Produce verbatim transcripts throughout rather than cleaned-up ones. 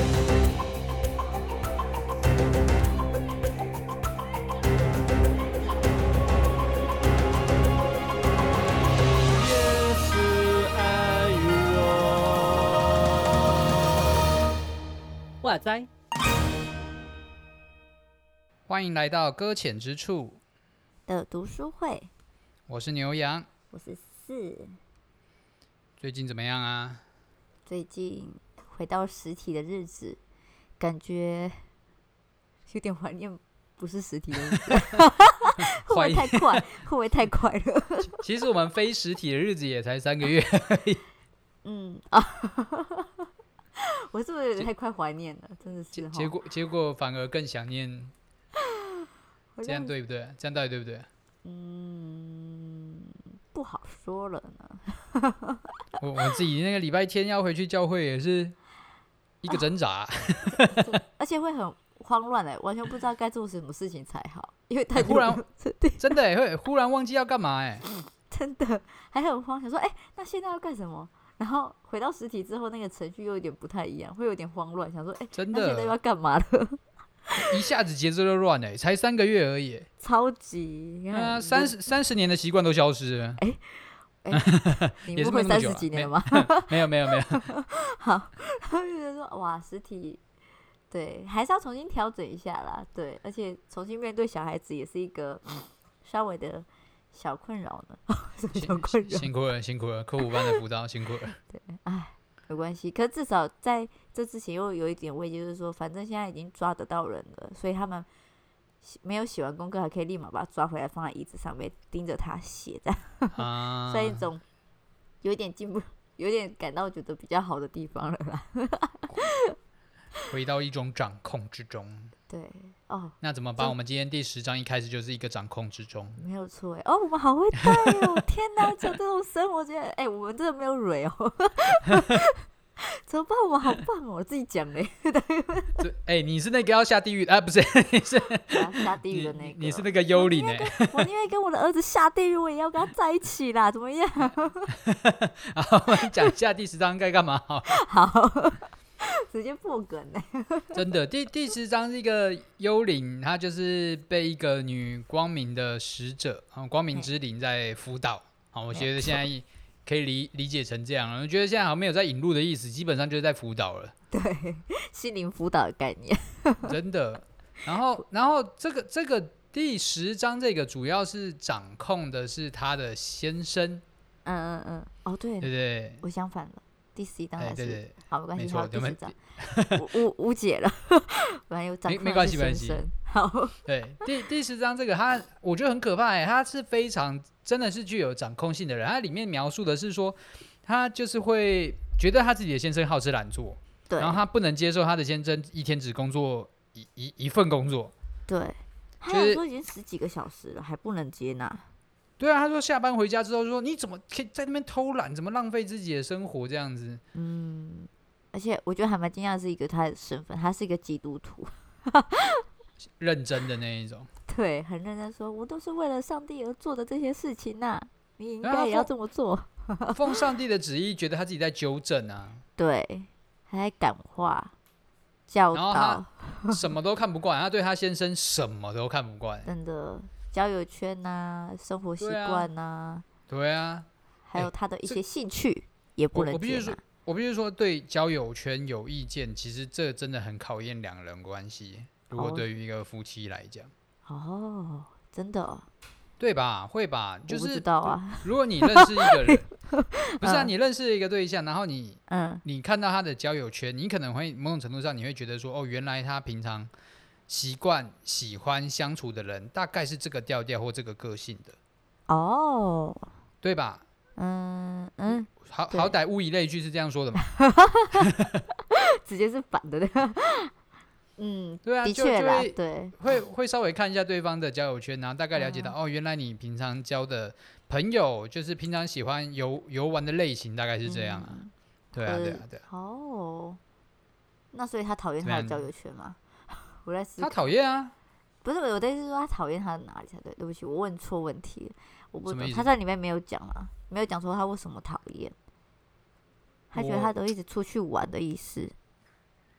哇塞！ 欢迎来到搁浅之处的读书会， 我是牛羊， 我是四。 最近怎么样啊？ 最近回到实体的日子，感觉有点怀念不是实体的日子，会不会太快？会不会太快了？ 其实我们非实体的日子也才三个月而已。 嗯啊。我是不是有点太快怀念了？真的是结果结果反而更想念，这样对不对？这样到底对不对？ 嗯，不好说了呢。 我我自己那个礼拜天要回去教会也是一个挣扎，啊、 而且会很慌乱哎，完全不知道该做什么事情才好，因为太忽然真的会忽然忘记要干嘛哎， 真的还很慌，想说哎、欸，那现在要干什么？然后回到实体之后，那个程序又有点不太一样，会有点慌乱，想说，哎、欸， 真的， 那现在要干嘛了？ 一下子节奏就乱了，才三个月而已， 超级， 啊，三十三十年的习惯都消失了。 哎、欸欸，你不会三十几年了吗？ 没有没有没有。 好，然后就觉得说，哇，实体，对，还是要重新调整一下啦，对，而且重新面对小孩子也是一个、嗯、稍微的。小困扰呢，小困扰， 辛苦了，辛苦了，科五班的辅导辛苦了。 对，哎，没关系。可是至少在这之前又有一点慰藉，就是说，反正现在已经抓得到人了，所以他们没有写完功课，还可以立马把他抓回来，放在椅子上面，盯着他写，这样，啊、算一种有点进步，有点感到觉得比较好的地方了啦。 回到一种掌控之中。 对哦， 那怎么办？我们今天第十章一开始就是一个掌控之中， 没有错哎。哦，我们好会带哦！天哪，讲这种生活，觉得哎，我们真的没有蕊哦。怎么办？我们好棒哦！我自己讲嘞。 哎、欸，你是那个要下地狱啊？不是，你是下地狱的那个你。你是那个幽灵哎！ 我宁愿跟我的儿子下地狱，我也要跟他在一起啦，怎么样？ 好，我们讲一下第十章该干嘛好？ 好。直接破梗呢！ 真的，第第十章是一个幽灵，他就是被一个女光明的使者，光明之灵在辅导。好，我觉得现在可以理理解成这样了。我觉得现在好像没有在引路的意思，基本上就是在辅导了。 对，心灵辅导的概念。 真的。然后，然后这个这个第十章这个主要是掌控的是他的先生。 嗯嗯嗯，哦对， 对对， 我相反了。第十一章还是、欸、 对对对， 好，没关系，好，第十章无无解了，反正有掌控没关系，没关系。 好， 对，第第十章这个他，我觉得很可怕哎，他是非常真的是具有掌控性的人。他里面描述的是说，他就是会觉得他自己的先生好吃懒做， 对， 然后他不能接受他的先生一天只工作一一一份工作， 对，他有说已经十几个小时了，还不能接纳。 对啊，他说下班回家之后说你怎么可以在那边偷懒，怎么浪费自己的生活这样子。 嗯，而且我觉得还蛮惊讶的是一个他的身份，他是一个基督徒， 认真的那一种。 对，很认真说，我都是为了上帝而做的这些事情呐、啊，你应该也要这么做。 奉上帝的旨意，觉得他自己在纠正啊。 对，还在感化教导， 然后他什么都看不惯，他对他先生什么都看不惯， 真的。交友圈呐、啊，生活习惯呐， 对啊， 还有他的一些兴趣、欸、也不能接纳。 我必须说，对交友圈有意见，其实这真的很考验两人关系。如果对于一个夫妻来讲， 哦，真的、哦， 对吧？会吧？就是、 我不知道啊。 如果你认识一个人，不是啊，你认识一个对象，然后你，嗯，你看到他的交友圈，你可能会某种程度上你会觉得说，哦，原来他平常习惯喜欢相处的人大概是这个调调或这个个性的哦， 对吧？ 嗯嗯， 好好歹物以类聚是这样说的嘛， 直接是反的嗯， 对啊， 的确啦， 就就对， 会会稍微看一下对方的交友圈，然后大概了解到、嗯、哦，原来你平常交的朋友就是平常喜欢游游玩的类型，大概是这样啊。嗯、对啊，对啊，对啊。 哦，那所以他讨厌他的交友圈吗？我在思考。他讨厌啊。 不是，我的意思是说他讨厌他的哪里才对？对不起，我问错问题了，我不懂。他在里面没有讲啊，没有讲说他为什么讨厌。他觉得他都一直出去玩的意思。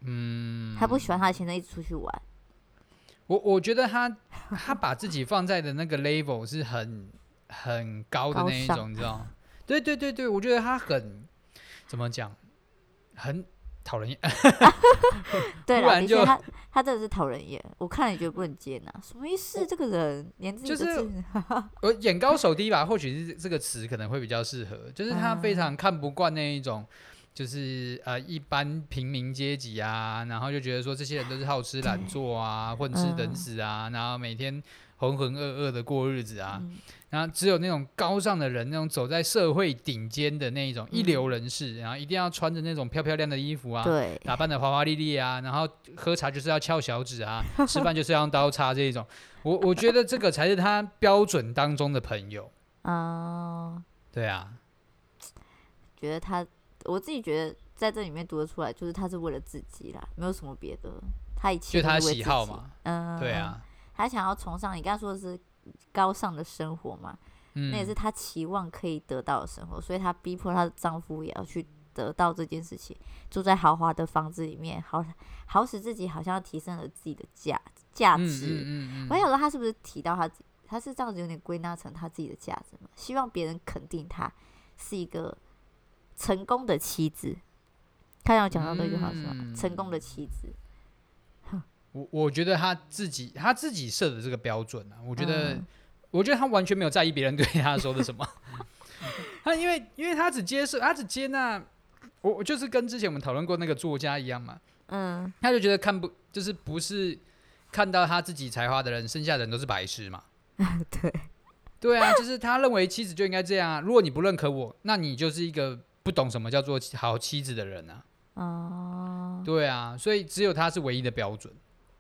嗯， 他不喜欢他的先生一直出去玩。 我我觉得他他把自己放在的那个 level 是很很高的那一种，你知道吗？对对对对，我觉得他很怎么讲，很讨人厌。 对啦，的就确他他真的是讨人厌，我看了也觉得不能接纳。什么意思？这个人连自己就是的自我眼高手低吧，或许是这个词可能会比较适合，就是他非常看不惯那一种。就是呃一般平民阶级啊，然后就觉得说这些人都是好吃懒做啊，混吃等死啊，然后每天浑浑噩噩的过日子啊， 嗯、 然后只有那种高尚的人，那种走在社会顶尖的那一种一流人士，嗯、然后一定要穿着那种漂漂亮的衣服啊， 对， 打扮的华华丽丽啊，然后喝茶就是要翘小指啊，吃饭就是要用刀叉这一种，我我觉得这个才是他标准当中的朋友。 哦、嗯， 对啊， 觉得他。我自己觉得在这里面读得出来，就是他是为了自己啦，没有什么别的，他一切就他都是为自己喜好嘛， 嗯， 对啊， 他想要崇尚你刚刚说的是高尚的生活嘛，嗯、那也是他期望可以得到的生活，所以他逼迫她的丈夫也要去得到这件事情，住在豪华的房子里面，好好使自己好像提升了自己的价价值。 嗯嗯嗯嗯、 我想说他是不是提到他他是这样子有点归纳成他自己的价值嘛？希望别人肯定他是一个成功的妻子，他有讲到这句话是吗？嗯、成功的妻子， 我我觉得他自己他自己设的这个标准啊，我觉得、 嗯、 我觉得他完全没有在意别人对他说的什么，他因为因为他只接受他只接纳我，我就是跟之前我们讨论过那个作家一样嘛，嗯，他就觉得看不就是不是看到他自己才华的人，剩下的人都是白痴嘛， 对对啊，就是他认为妻子就应该这样啊，如果你不认可我，那你就是一个不懂什么叫做好妻子的人啊。哦，对啊，所以只有他是唯一的标准。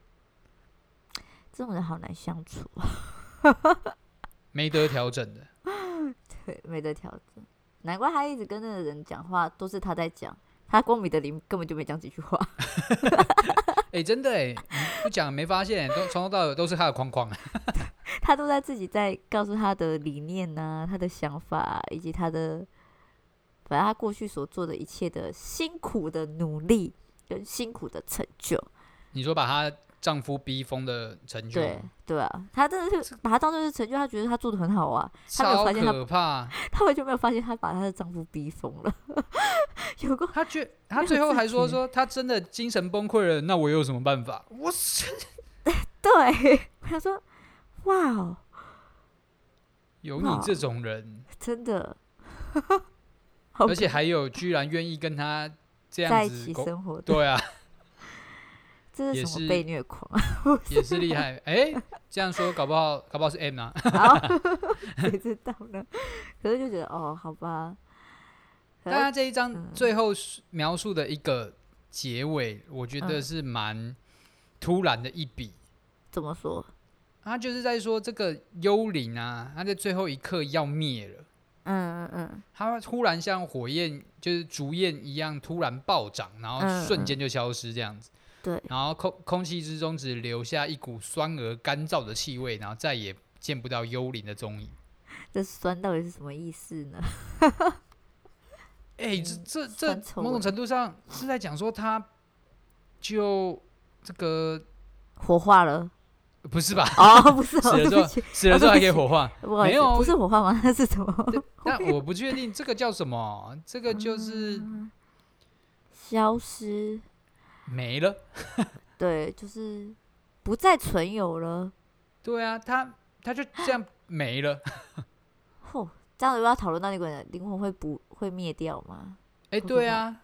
这种人好难相处啊， 没得调整的。 对，没得调整，难怪他一直跟那个人讲话都是他在讲，他光明的灵根本就没讲几句话。 哎、欸，真的哎，你不讲没发现，都从头到尾都是他的框框。 他都在自己在告诉他的理念啊，他的想法，以及他的。反正他过去所做的一切的辛苦的努力跟辛苦的成就， 你说把她丈夫逼疯的成就， 对对啊，他真的是把他当作是成就，他觉得他做的很好啊，他没有超发现他可怕， 他完全没有发现他把他的丈夫逼疯了。有个他觉他最后还说说他真的精神崩溃了，那我有什么办法？我是对，他说哇哦， 有你这种人， 真的。 而且还有居然愿意跟他这样子在一起生活， 对啊， 这是什么被虐狂？ 也是厉害。哎、欸，这样说搞不好，搞不好是 M 啊？ 谁知道呢？可是就觉得哦，好吧。 但他这一章最后描述的一个结尾，我觉得是蛮突然的一笔。 怎么说？ 他就是在说这个幽灵啊，他在最后一刻要灭了。嗯嗯嗯，它突然像火焰，就是烛焰一样突然暴涨，然后瞬间就消失这样子。 对， 然后空空气之中只留下一股酸而干燥的气味，然后再也见不到幽灵的踪影。 这酸到底是什么意思呢？ 哎、欸，这这这某种程度上是在讲说，他就这个火化了。 不是吧？ 哦，不是， 死了之后，死了之后还可以火化？ 哦、 没有， 不是火化吗？那是什么？ 但我不确定这个叫什么。这个就是、 嗯、消失， 没了。 对，就是不再存有了。 对啊，他他就这样没了。 哦，这样如果要讨论到那个人灵魂会不会灭掉吗？ 哎、欸，对啊。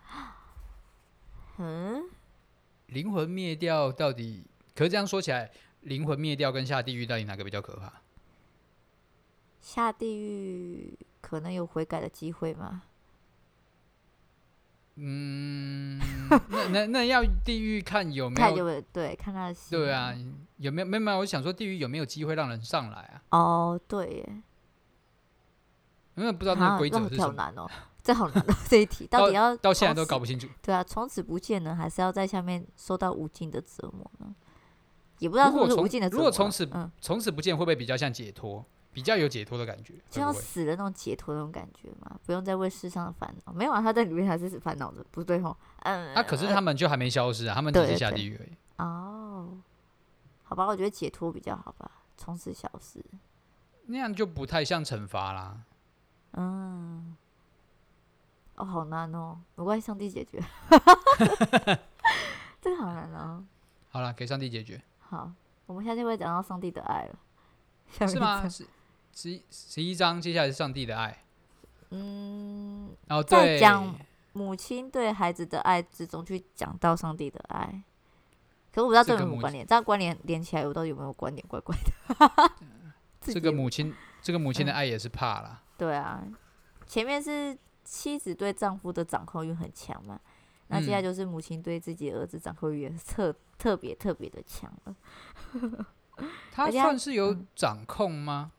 嗯， 灵魂灭掉到底？可是这样说起来。灵魂灭掉跟下地狱到底哪个比较可怕？ 下地狱可能有悔改的机会吗？ 嗯，那那那要地狱看有没有？ 看有没有对，看他的心。 对啊，有没有？没有没有，我想说地狱有没有机会让人上来啊？ 哦，对耶。 因为不知道那个规则是什么。 好难哦，这好难哦，这一题到底要到, 到现在都搞不清楚。 对啊，从此不见呢，还是要在下面受到无尽的折磨呢？也不知道是不是无尽的折磨。 如果从此从、嗯、此不见，会不会比较像解脱？ 比较有解脱的感觉， 就像会不会死了那种解脱那种感觉嘛，不用再为世上的烦恼。没有啊，他在里面还是烦恼的，不对吼。嗯， 啊，可是他们就还没消失啊，他们只是下地狱而已。 哦，好吧，我觉得解脱比较好吧，从此消失。 那样就不太像惩罚啦。 嗯，哦，好难哦，没关系，上帝解决。这个好难哦。 好了，给上帝解决。 好，我们下次会讲到上帝的爱了。下面是吗？十十十一章，接下来是上帝的爱。 嗯， 哦， 在对， 讲母亲对孩子的爱之中去讲到上帝的爱。可是我不知道这有没有关联，这样关联连起来，我到底有没有关联？怪怪的。 这个母亲，这个母亲的爱也是怕啦。 嗯、对啊，前面是妻子对丈夫的掌控欲很强嘛，那接下来就是母亲对自己的儿子掌控欲也特特别特别的强了。 他算是有掌控吗？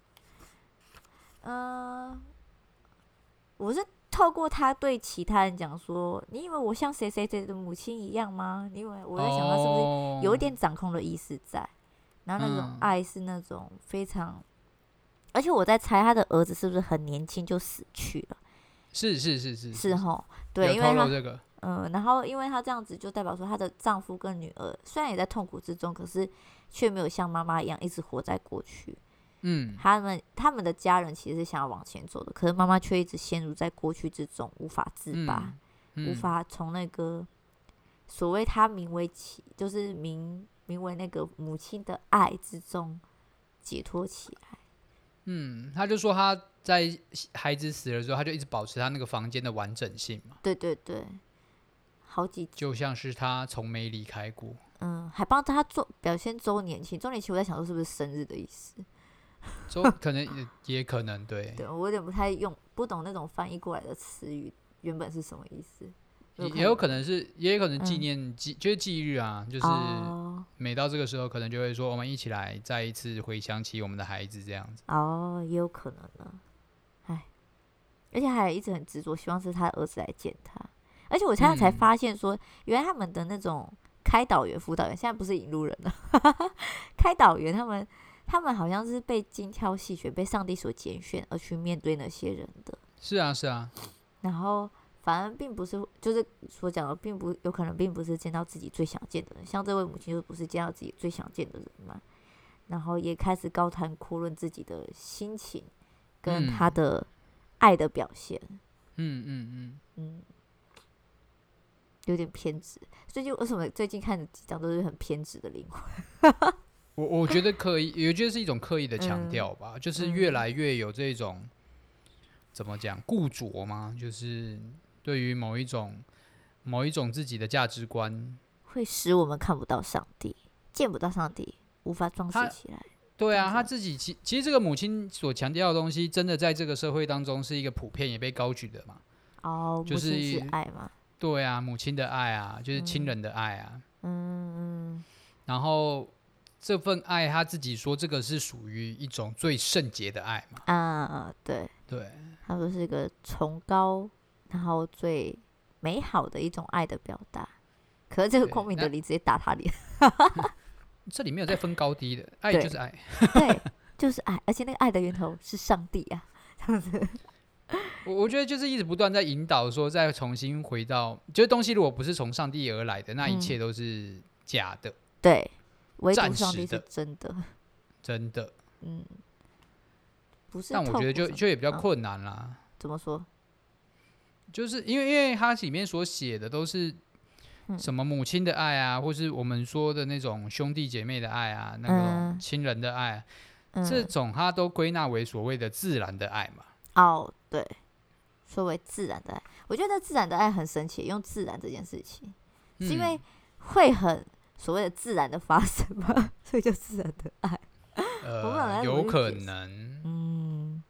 嗯、呃，我是透过他对其他人讲说：“你以为我像谁谁谁的母亲一样吗？”你以为我在想他是不是有一点掌控的意思在？然后那种爱是那种非常，嗯、而且我在猜他的儿子是不是很年轻就死去了？ 是是是是是吼，对，因为他这个。嗯，然后因为她这样子，就代表说她的丈夫跟女儿虽然也在痛苦之中，可是却没有像妈妈一样一直活在过去。 嗯， 他们他们的家人其实是想要往前走的，可是妈妈却一直陷入在过去之中，无法自拔，嗯嗯、无法从那个所谓她名为其就是名名为那个母亲的爱之中解脱起来。 嗯，他就说他在孩子死了之后，他就一直保持他那个房间的完整性嘛。 对对对。好几集就像是他从没离开过， 嗯，还帮他做表现周年庆，周年庆我在想说是不是生日的意思？ 周可能 也, 也可能对， 对我有点不太用不懂那种翻译过来的词语原本是什么意思， 也, 也有可能是也有可能纪念纪、嗯、就是忌日啊，就是每到这个时候可能就会说我们一起来再一次回想起我们的孩子这样子。 哦，也有可能呢，哎，而且还一直很执着，希望是他儿子来见他。而且我现在才发现说，嗯、原来他们的那种开导员、辅导员，现在不是引路人了。开导员他们，他们好像是被精挑细选、被上帝所拣选而去面对那些人的。 是啊，是啊。 然后反而并不是，就是所讲的，并不有可能，并不是见到自己最想见的人。像这位母亲就不是见到自己最想见的人嘛。然后也开始高谈阔论自己的心情跟他的爱的表现。 嗯嗯嗯嗯。嗯有点偏执，最近为什么最近看的几张都是很偏执的灵魂？ 我我觉得刻意，我觉得是一种刻意的强调吧，嗯、就是越来越有这种、嗯、怎么讲固着吗？就是对于某一种某一种自己的价值观， 会使我们看不到上帝，见不到上帝，无法装饰起来。 对啊，他自己其其实这个母亲所强调的东西，真的在这个社会当中是一个普遍也被高举的嘛？ 哦， 就是母亲是爱嘛。 对啊，母亲的爱啊，就是亲人的爱啊。 嗯嗯。 然后这份爱，他自己说这个是属于一种最圣洁的爱嘛。 啊，对对。 他说是一个崇高，然后最美好的一种爱的表达。可是这个光明的你直接打他脸。 这里没有在分高低的，爱就是爱。 对，就是爱，而且那个爱的源头是上帝啊，这样子。 我我觉得就是一直不断在引导说，再重新回到，就是东西如果不是从上帝而来的，那一切都是假的。嗯、 对，唯独上帝是真的， 真的。 嗯，不是。 但我觉得就就也比较困难啦。 嗯、怎么说？ 就是因为因为它里面所写的都是什么母亲的爱啊，或是我们说的那种兄弟姐妹的爱啊，那种亲人的爱、啊嗯，这种它都归纳为所谓的自然的爱嘛。 哦，对，所谓自然的爱，我觉得自然的爱很神奇，用自然这件事情，嗯、是因为会很所谓的自然的发生嘛，所以就自然的爱。 呃，有可能。 嗯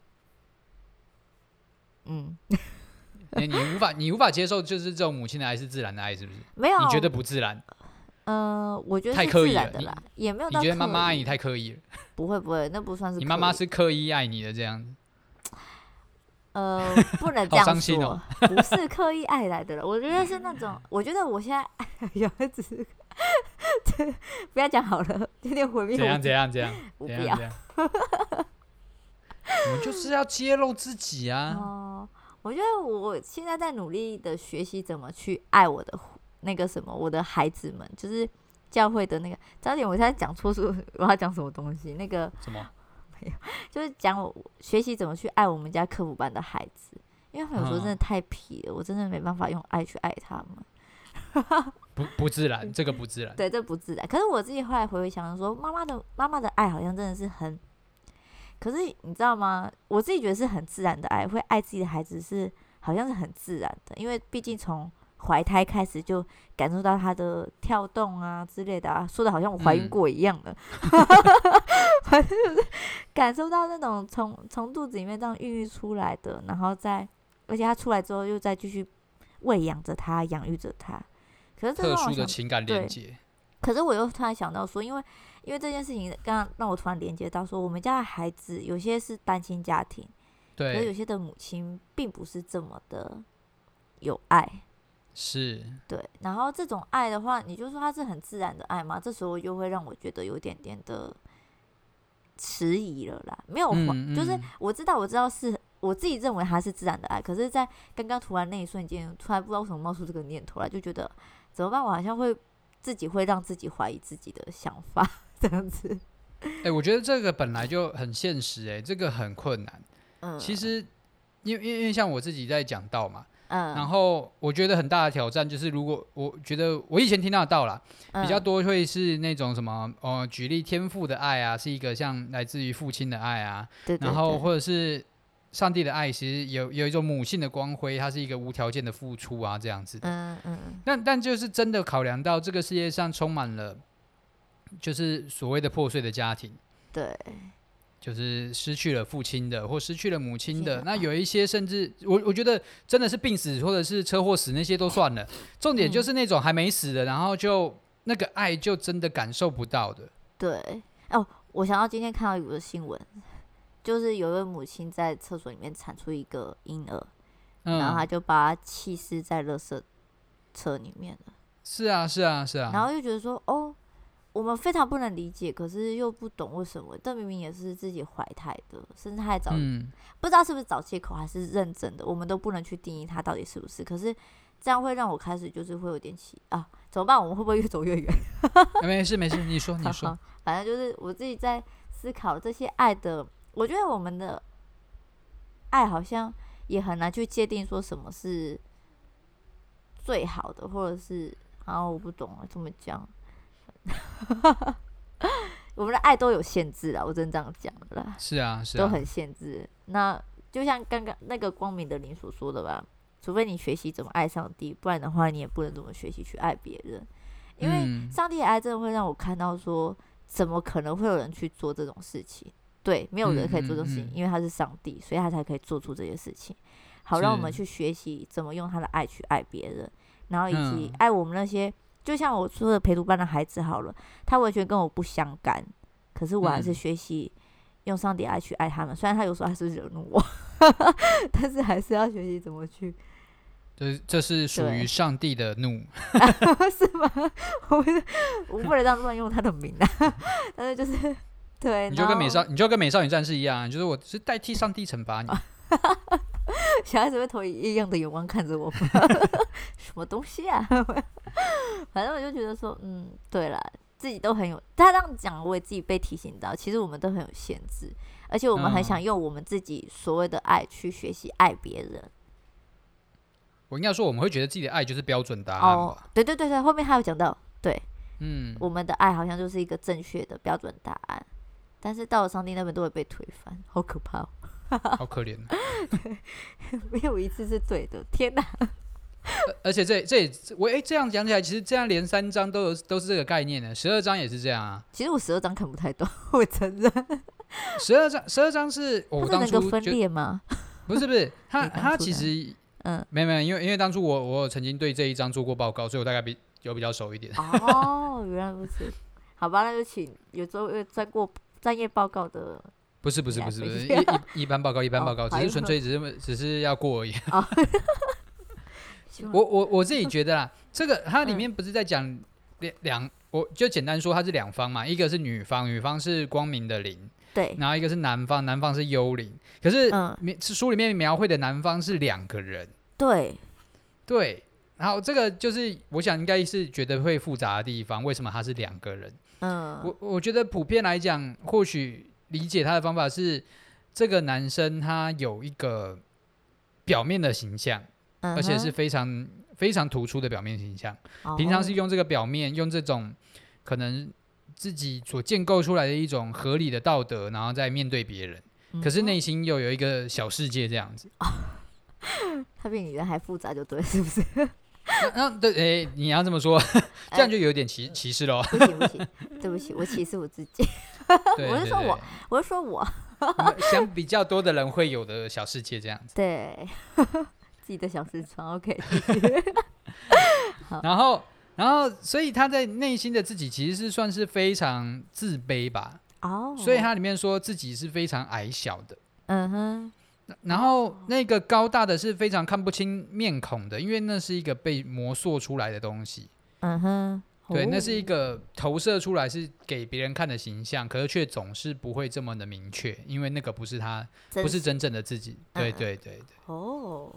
嗯， 你你无法你无法接受，就是这种母亲的爱是自然的爱，是不是？ 没有， 你觉得不自然？ 呃，我觉得是自然的啦，也没有到。 你觉得妈妈爱你太刻意了？ 不会不会，那不算是刻意。 你妈妈是刻意爱你的这样子。 呃，不能这样说， 哦、 不是刻意爱来的了。我觉得是那种，我觉得我现在有只是，不要讲好了，有点毁灭。 怎样怎样怎样？ 我不要。 我们就是要揭露自己啊。 哦，我觉得我现在在努力的学习怎么去爱我的那个什么，我的孩子们，就是教会的那个。早点我现在讲错是我要讲什么东西？那个什么？ 没有，就是讲我学习怎么去爱我们家课辅班的孩子，因为他们有时候真的太皮了，我真的没办法用爱去爱他们。 不不自然，这个不自然。 对，这不自然。可是我自己后来回回想说，妈妈的妈妈的爱好像真的是很，可是你知道吗？我自己觉得是很自然的爱，会爱自己的孩子是好像是很自然的，因为毕竟从怀胎开始就感受到他的跳动啊之类的啊，说的好像我怀孕过一样的，反正就是感受到那种从从肚子里面这样孕育出来的，然后再而且他出来之后又再继续喂养着他，养育着他。可是这特殊的情感连接。 可是我又突然想到说，因为因为这件事情，刚刚让我突然连接到说，我们家的孩子有些是单亲家庭， 对， 可是有些的母亲并不是这么的有爱， 是， 对。然后这种爱的话，你就说它是很自然的爱嘛，这时候就会让我觉得有点点的迟疑了啦。没有， 嗯嗯、 就是我知道，我知道是我自己认为它是自然的爱，可是，在刚刚突然那一瞬间，突然不知道为什么冒出这个念头来，就觉得怎么办？我好像会。自己会让自己怀疑自己的想法，这样子。 哎、欸，我觉得这个本来就很现实、欸，哎，这个很困难。 嗯， 其实，因为因为像我自己在讲道嘛， 嗯， 然后我觉得很大的挑战就是，如果我觉得我以前听到的道啦， 嗯、 比较多会是那种什么，呃，举例天父的爱啊，是一个像来自于父亲的爱啊， 对对对， 然后或者是。上帝的爱其实有有一种母性的光辉，它是一个无条件的付出啊，这样子。 嗯嗯。 但但就是真的考量到这个世界上充满了，就是所谓的破碎的家庭， 对， 就是失去了父亲的，或失去了母亲的。那有一些甚至我我觉得真的是病死或者是车祸死那些都算了，重点就是那种还没死的，然后就那个爱就真的感受不到的。 对，哦，我想到今天看到一个新闻。就是有一位母亲在厕所里面产出一个婴儿，嗯、然后她就把他弃尸在垃圾车里面了。 是啊，是啊，是啊。 然后就觉得说，哦，我们非常不能理解，可是又不懂为什么。这明明也是自己怀胎的，甚至他还找、嗯，不知道是不是找借口还是认真的，我们都不能去定义他到底是不是。可是这样会让我开始就是会有点奇啊，怎么办？我们会不会越走越远？ 没事没事，你说你说。 反正就是我自己在思考这些爱的。我觉得我们的爱好像也很难去界定说什么是最好的，或者是啊，我不懂啊，怎么讲？我们的爱都有限制啦，我真这样讲的啦。 是啊，是啊， 都很限制。那就像刚刚那个光明的灵所说的吧，除非你学习怎么爱上帝，不然的话，你也不能怎么学习去爱别人。因为上帝的爱真的会让我看到说，怎么可能会有人去做这种事情？对，没有人可以做这种事情，嗯嗯嗯、因为他是上帝，所以他才可以做出这些事情。好，让我们去学习怎么用他的爱去爱别人，然后以及爱我们那些，嗯、就像我说的陪读班的孩子好了，他完全跟我不相干，可是我还是学习用上帝爱去爱他们。嗯、虽然他有时候还是惹怒我，但是还是要学习怎么去。 这这是属于上帝的怒， 是吗？我我不能这样乱用他的名啊，但是就是。对， 你就跟美少，你就跟美少女战士一样，就是我是代替上帝惩罚你。 小孩子会投一样的眼光看着我吗？什么东西啊？反正我就觉得说，嗯，对啦，自己都很有。他这样讲，我也自己被提醒到，其实我们都很有限制，而且我们很想用我们自己所谓的爱去学习爱别人。 我应该说，我们会觉得自己的爱就是标准答案吧？ 哦，对对对对，后面还有讲到，对， 嗯， 我们的爱好像就是一个正确的标准答案。但是到了上帝那边都会被推翻，好可怕哦！ 好可怜、啊， 对，没有一次是对的，天哪！ 而且这这我哎、欸、这样讲起来，其实这样连三章都有都是这个概念的，十二章也是这样啊。 其实我十二章看不太懂，我承认。 十二章十二章是我、哦、当初就分裂吗？ 不是不是，他他其实嗯没有没有，因为因为当初我我曾经对这一章做过报告，所以我大概比有比较熟一点。 哦，原来如此。好吧，那就请有时候专过。专业报告的不是不是不是不是一一一般报告一般报告，只是纯粹只是只是要过而已。我我我自己觉得啦，这个它里面不是在讲两两，我就简单说，它是两方嘛，一个是女方，女方是光明的灵， 对， 然后一个是男方，男方是幽灵。可是、 嗯， 书里面描绘的男方是两个人， 对， 对。然后这个就是我想应该是觉得会复杂的地方，为什么他是两个人？ 嗯， 我我觉得普遍来讲，或许理解他的方法是，这个男生他有一个表面的形象， 嗯、 而且是非常非常突出的表面形象。 哦、 平常是用这个表面，用这种可能自己所建构出来的一种合理的道德，然后再面对别人。 嗯、 可是内心又有一个小世界这样子。哦、 他比你的还复杂，就对，是不是？ 那对，哎、欸，你要这么说，这样就有点歧歧视喽。 不行不行，对不起，我歧视我自己。我是说我，我是说我， 想比较多的人会有的小世界这样子。 对，自己的小视窗 ，OK 然后，然后，所以他在内心的自己其实是算是非常自卑吧。哦。所以他里面说自己是非常矮小的。嗯哼。然后那个高大的是非常看不清面孔的，因为那是一个被磨塑出来的东西。嗯哼，对，那是一个投射出来是给别人看的形象，可是却总是不会这么的明确，因为那个不是他，不是真正的自己。对对对对。哦，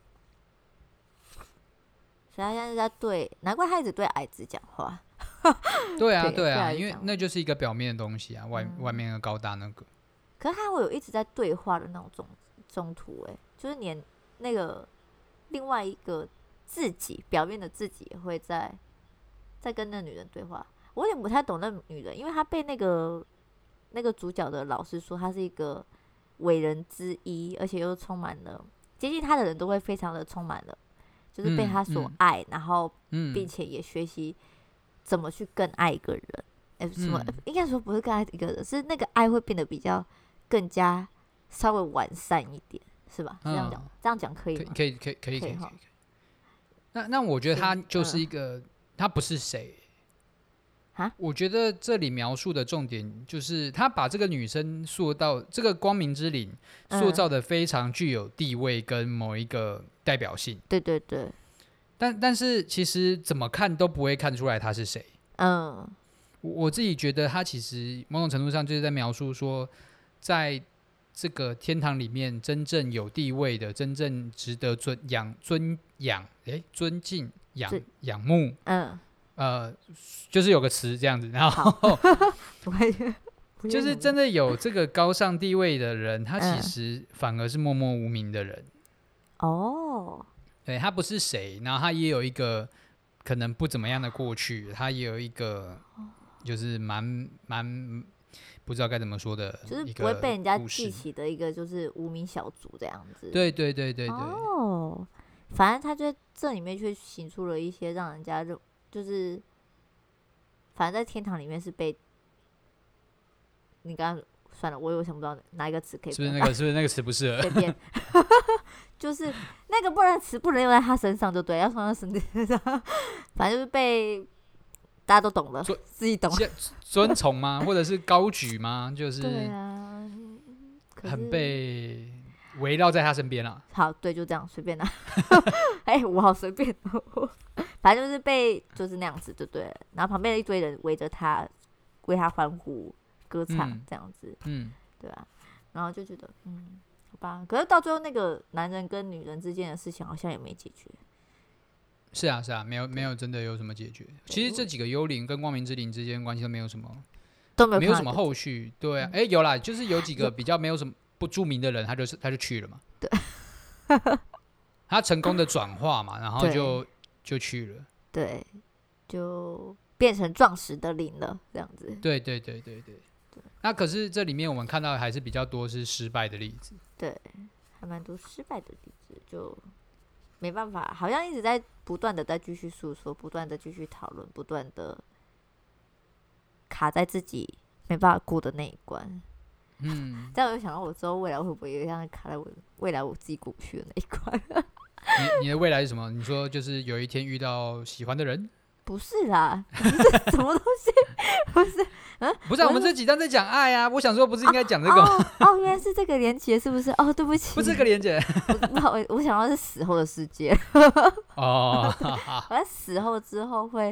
所以他现在在对，难怪他一直对矮子讲话。对啊对啊，因为那就是一个表面的东西啊，外、嗯、外面的高大那个。 可是他会有一直在对话的那种中中途，哎，就是连那个另外一个自己表面的自己也会在在跟那女人对话。我有点不太懂那女人，因为她被那个那个主角的老师说她是一个伟人之一，而且又充满了接近她的人都会非常的充满了，就是被她所爱，嗯嗯、然后并且也学习怎么去更爱一个人。哎、欸，什么、嗯？应该说不是更爱一个人，是那个爱会变得比较更加稍微完善一点，是吧？是这样讲，嗯、这样讲可以吗？ 可以，可以，可以，可以，可以。可以那那我觉得他就是一个，嗯、他不是谁啊？我觉得这里描述的重点就是他把这个女生塑造，这个光明之灵塑造的非常具有地位跟某一个代表性。 对对对。 但但是其实怎么看都不会看出来他是谁。嗯。我自己觉得他其实某种程度上就是在描述说，在这个天堂里面真正有地位的、真正值得尊仰、尊仰、哎尊敬、仰仰慕，嗯，呃，就是有个词这样子，然后就是真的有这个高尚地位的人，他其实反而是默默无名的人。哦，对，他不是谁，然后他也有一个可能不怎么样的过去，他也有一个。就是蛮蛮不知道该怎么说的， 就是不会被人家记起的一个就是无名小卒这样子。 对对对对对。 哦，反正他在这里面却行出了一些让人家认，就是反正在天堂里面是被你刚刚算了，我又想不到哪一个词可以。 是不是那个？是不是那个词不适合？ 随便。就是那个不能词不能用在他身上就对，要放在身体上，反正就是被。大家都懂了，自己懂了。 尊崇吗？或者是高举吗？就是对啊， 很被围绕在他身边啊。 好，对，就这样，随便啦。哎、欸，我好随便哦。反正就是被就是那样子，就对了。然后旁边的一堆人围着他，为他欢呼、歌唱、嗯、这样子，嗯，对吧、啊？然后就觉得，嗯，好吧。可是到最后，那个男人跟女人之间的事情好像也没解决。 是啊是啊，没有没有真的有什么解决。其实这几个幽灵跟光明之灵之间关系都没有什么， 都没有没有什么后续。对啊，哎、欸、有啦，就是有几个比较没有什么不著名的人，他就是他就去了嘛。 对， 他成功的转化嘛，然后就就去了。 对，就变成壮实的灵了，这样子。 对对对对 对, 对。那可是这里面我们看到的还是比较多是失败的例子。 对，还蛮多失败的例子，就。没办法，好像一直在不断的在继续诉说，不断的继续讨论，不断的卡在自己没办法过的那一关。嗯，这样我就想到我之后未来会不会也像卡在我未来我自己过不去的那一关。 你你的未来是什么？你说就是有一天遇到喜欢的人？ 不是啦，不是什么东西，不是，嗯， 不是、啊，我们这几章在讲爱啊。我想说，不是应该讲这个吗？ 哦，哦，原来是这个连结，是不是？哦，对不起， 不是这个连结。 我我想到是死后的世界。 哦， 反正死后之后会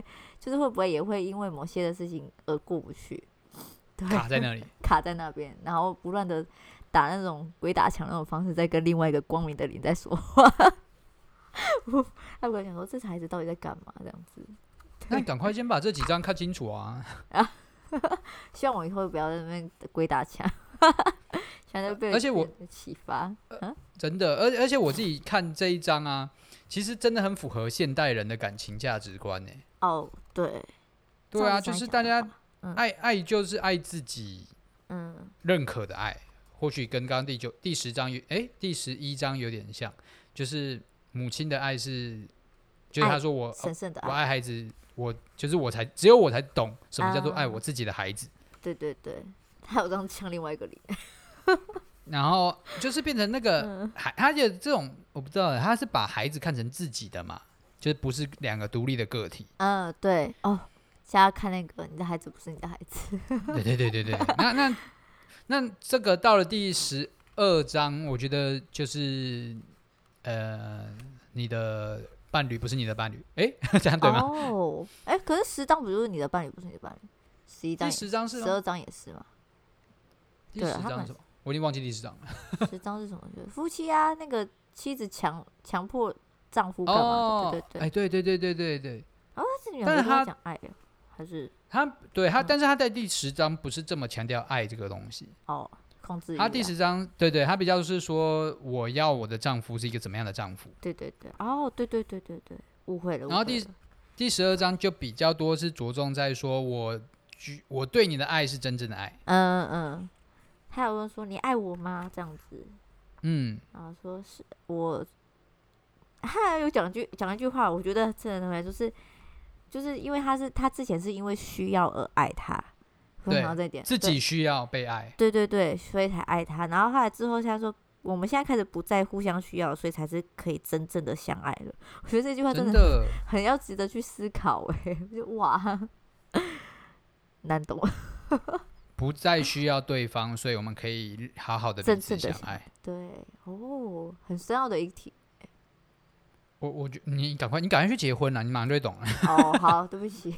就是会不会也会因为某些的事情而过不去，对， 卡在那里， 卡在那边，然后不断的打那种鬼打墙那种方式，在跟另外一个光明的灵在说话。他不会想说这孩子到底在干嘛这样子。 那你赶快先把这几张看清楚啊！ 希望我以后不要在那边鬼打墙。现在被而且我启发、呃， 真的，而而且我自己看这一章啊，其实真的很符合现代人的感情价值观呢。 哦，对， 对啊，就是大家爱、 嗯、 爱就是爱自己，嗯，认可的爱，或许跟刚刚第九第十章哎、欸、第十一章有点像，就是母亲的爱是，就是他说我神圣的爱， 我爱孩子，我就是我才只有我才懂什么叫做爱我自己的孩子。 啊、对对对，他有这样呛另外一个理。 然后就是变成那个孩，他的这种我不知道，他是把孩子看成自己的嘛，就是不是两个独立的个体。 嗯，对哦，现在看那个你的孩子不是你的孩子。 对对对对对，那那那这个到了第十二章，我觉得就是呃，你的伴侣不是你的伴侣，哎，这样对吗？ 哦，哎，可是十章不就是你的伴侣不是你的伴侣？十一章、 第十章是吗？ 十二章也是吗？ 第十章是什么？我已经忘记第十章了。 十章是什么？夫妻啊，那个妻子强强迫丈夫干嘛的？哦、对对对， 哎，对对对对对对。 哦，这女人他讲爱的，还是他对他、嗯，但是他在第十章不是这么强调爱这个东西。 哦，控制欲、啊。 他第十章，对对，他比较是说我要我的丈夫是一个怎么样的丈夫。 对对对，哦，对对对对对，误会了。 然后第第十二章就比较多是着重在说我我对你的爱是真正的爱。 嗯嗯。他有问说：“你爱我吗？”这样子， 嗯， 然后说是我，他还有讲句讲一句话，我觉得真的就是，就是因为他是他之前是因为需要而爱他， 对， 这点自己需要被爱， 对对对，所以才爱他。然后后来之后，他说我们现在开始不再互相需要，所以才是可以真正的相爱了。我觉得这句话真的 很, 真的很要值得去思考哎，就哇，难懂。 不再需要对方，所以我们可以好好的彼此相爱。 对，哦，很深奥的一题。 我我觉你赶快，你赶快去结婚了，你马上就会懂了。 哦，好，对不起。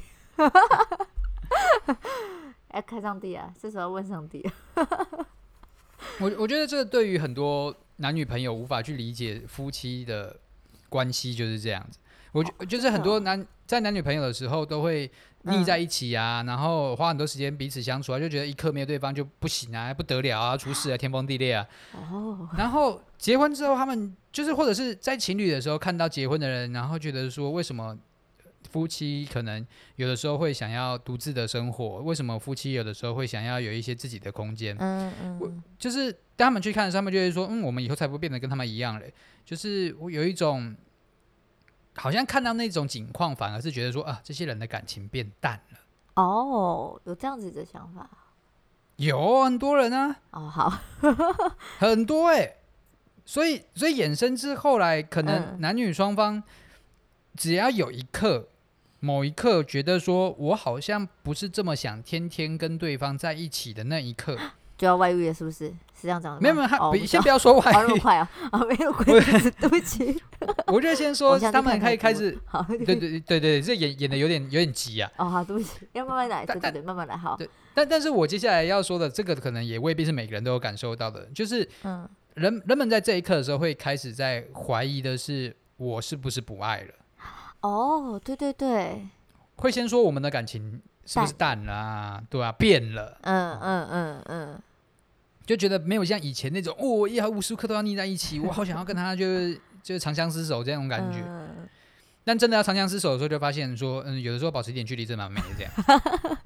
要开上帝啊，这时候要问上帝。 我我觉得这对于很多男女朋友无法去理解夫妻的关系就是这样子。我觉、哦、就是很多男在男女朋友的时候都会腻在一起啊、嗯，然后花很多时间彼此相处啊，就觉得一刻没有对方就不行啊，不得了啊，出事啊，天崩地裂啊。哦。然后结婚之后，他们就是或者是在情侣的时候看到结婚的人，然后觉得说，为什么夫妻可能有的时候会想要独自的生活？为什么夫妻有的时候会想要有一些自己的空间？嗯嗯。就是当他们去看的时候，他们就会说，嗯，我们以后才不变得跟他们一样嘞。就是我有一种。好像看到那种景况，反而是觉得说啊，这些人的感情变淡了。 哦，有这样子的想法？ 有很多人啊。 哦，好， 很多哎、欸，所以所以衍生至后来，可能男女双方只要有一刻、某一刻觉得说我好像不是这么想天天跟对方在一起的那一刻。 就要外遇了，是不是？是这样讲的吗？ 没有没有，他、 哦、 先不要说外遇。 那么快啊！啊，没有关系，对不起。 我就先说，他们可以开始。 好， 对对对对对，这演演的有点有点急啊。 哦，好，对不起，要慢慢来，对对对，慢慢来，好。 对，但但是我接下来要说的这个，可能也未必是每个人都有感受到的，就是嗯，人人们在这一刻的时候，会开始在怀疑的是，我是不是不爱了？ 哦，对对对， 会先说我们的感情是不是淡了啊？对啊，变了。 嗯嗯嗯嗯。 就觉得没有像以前那种哦，一毫无时无刻都要腻在一起，我好想要跟他就是就是长相厮守这种感觉、嗯。但真的要长相厮守的时候，就发现说，嗯，有的时候保持一点距离真蛮美的这样。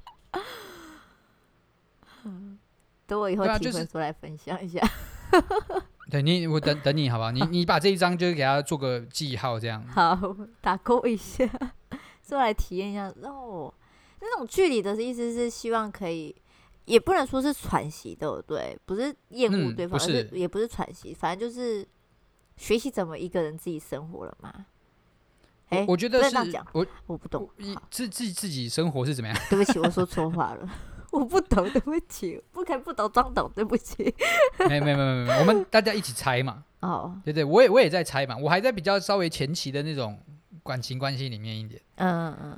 等我以后提分出来分享一下。 对你，我等等你好不好？你你把这一张就给他做个记号，这样。 好，打勾一下，说来体验一下。哦，那种距离的意思是希望可以。也不能说是喘息，对不对？不是厌恶对方、嗯，而是也不是喘息，反正就是学习怎么一个人自己生活了嘛。哎、欸， 我觉得是， 我我不懂， 自自自己生活是怎么样？ 对不起，我说错话了，我不懂，对不起，不可以不懂装懂，对不起。 没有没有没有没有，我们大家一起猜嘛。 哦， 对对，我也我也在猜嘛，我还在比较稍微前期的那种感情关系里面一点。 嗯嗯嗯。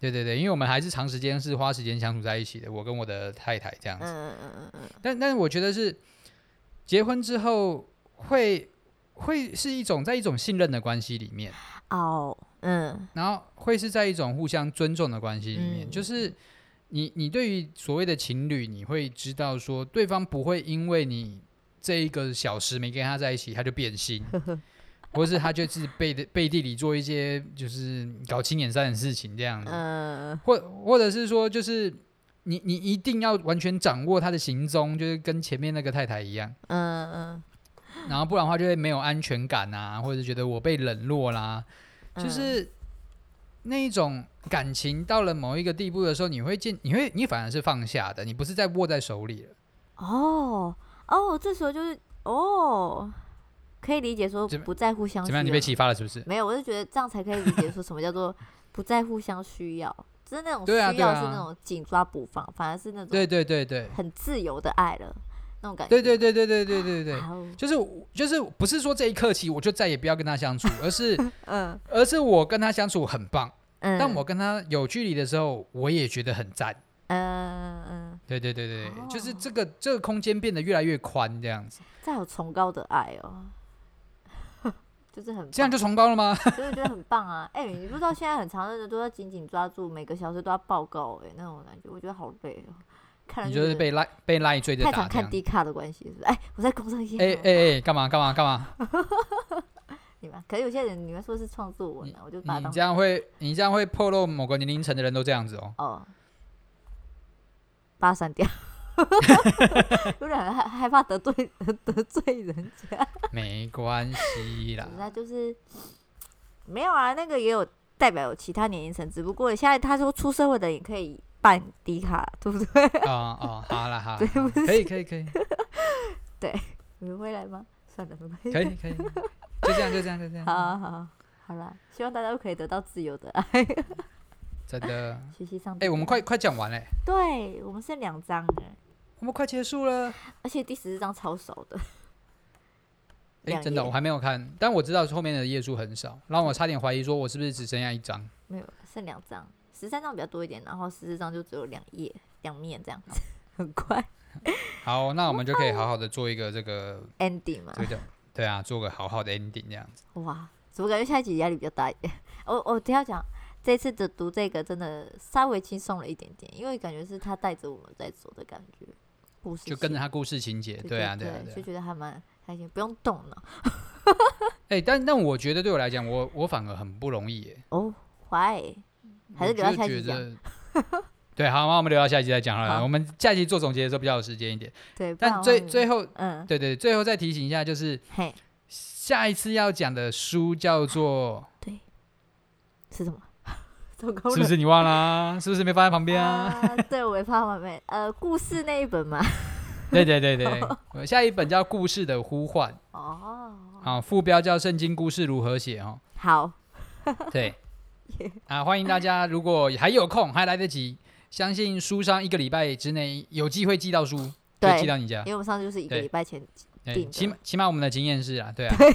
对对对，因为我们还是长时间是花时间相处在一起的，我跟我的太太这样子。 嗯嗯嗯嗯。 但但是我觉得是结婚之后会会是一种在一种信任的关系里面。 哦，嗯。 然后会是在一种互相尊重的关系里面， 嗯、 就是你你对于所谓的情侣，你会知道说对方不会因为你这一个小时没跟他在一起，他就变心，或是他就是背背地里做一些就是搞青眼山的事情这样子， 嗯、 或或者是说就是你你一定要完全掌握他的行踪，就是跟前面那个太太一样， 嗯嗯， 然后不然的话就会没有安全感啊，或者是觉得我被冷落啦。就是那一种感情到了某一个地步的时候，你会见，你会，你反而是放下的，你不是在握在手里了。 哦哦，这时候就是哦，可以理解说不再互相需要。 怎么样？你被启发了是不是？ 没有，我是觉得这样才可以理解说什么叫做不再互相需要。就是那种需对啊对啊要是那种紧抓不放，反而是那种对对对对很自由的爱了。那种感觉， 对对对对对对对对， 好就是就是不是说这一刻起我就再也不要跟他相处，而是嗯而是我跟他相处很棒， 嗯， 但我跟他有距离的时候，我也觉得很赞。 嗯嗯， 对对对对， 哦就是这个这个空间变得越来越宽，这样子， 这好崇高的爱哦，就是很棒这样就崇高了吗？ 就是觉得很棒啊！哎、你不知道现在很长的人都要紧紧抓住，每个小时都要报告、哎，那种感觉，我觉得好累哦。看了你就就是被赖被赖追着太打这样。 常看低卡的关系，是不是？哎、我在工商业。 哎哎哎，干嘛干嘛干嘛？ 你们可是有些人你们说是创作文啊，我就把它你当这样会你这样会破露某个年龄层的人都这样子哦。 哦，把它删掉。有点害害怕得罪得罪人家。 没关系啦， 那就是没有啊，那个也有代表有其他年龄层，只不过现在他说出社会的也可以办迪卡，对不对？ 哦哦，好啦好啦， 对不起可以可以可以， 对，你们会来吗？算了，没关系。 可以可以，就这样就这样就这样。 好好好，好啦，希望大家都可以得到自由的爱。 真的， 学习上， 哎、欸，我们快快讲完嘞， 对我们剩两张哎， 我们快结束了， 而且第十四章超少的。 哎、欸，真的我还没有看，但我知道后面的页数很少，让我差点怀疑说我是不是只剩下一张。 没有，剩两张，十三张比较多一点，然后十四张就只有两页两面这样子，很快。 好，那我们就可以好好的做一个这个 ending 嘛， 这个对啊，做个好好的 ending 这样子。 哇，怎么感觉下一集压力比较大一点？我我等一下讲。这次的读这个真的稍微轻松了一点点，因为感觉是他带着我们在走的感觉，故事就跟着他故事情节， 对对啊对对啊对啊， 就觉得还蛮开心，不用动脑。 哎、欸，但但我觉得对我来讲，我我反而很不容易耶。 哦，坏，还是留到下一集讲。 对，好，那我们留到下一集再讲好了。 好我们下一集做总结的时候比较有时间一点。 对， 但最最后， 嗯， 对对，最后再提醒一下，就是嘿， 下一次要讲的书叫做， 对，是什么？ 是不是你忘了、啊？是不是没放在旁边啊？ 啊对，我没放在旁边。呃，故事那一本嘛。 对对对对，下一本叫《故事的呼唤》。 哦。 啊，副标叫《圣经故事如何写》哦。 好。 对。啊，欢迎大家，如果还有空还来得及，相信书商一个礼拜之内有机会寄到书，就寄到你家。 因为我们上次就是一个礼拜前订的。 起码起码我们的经验是啊，对啊。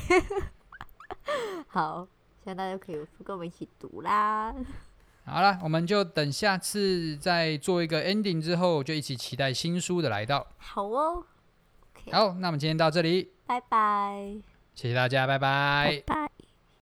好，现在大家可以有书跟我们一起读啦。 好了，我们就等下次再做一个 ending 之后，就一起期待新书的来到。 好哦。 好，那我们今天到这里， 拜拜。 谢谢大家，拜拜。 拜拜。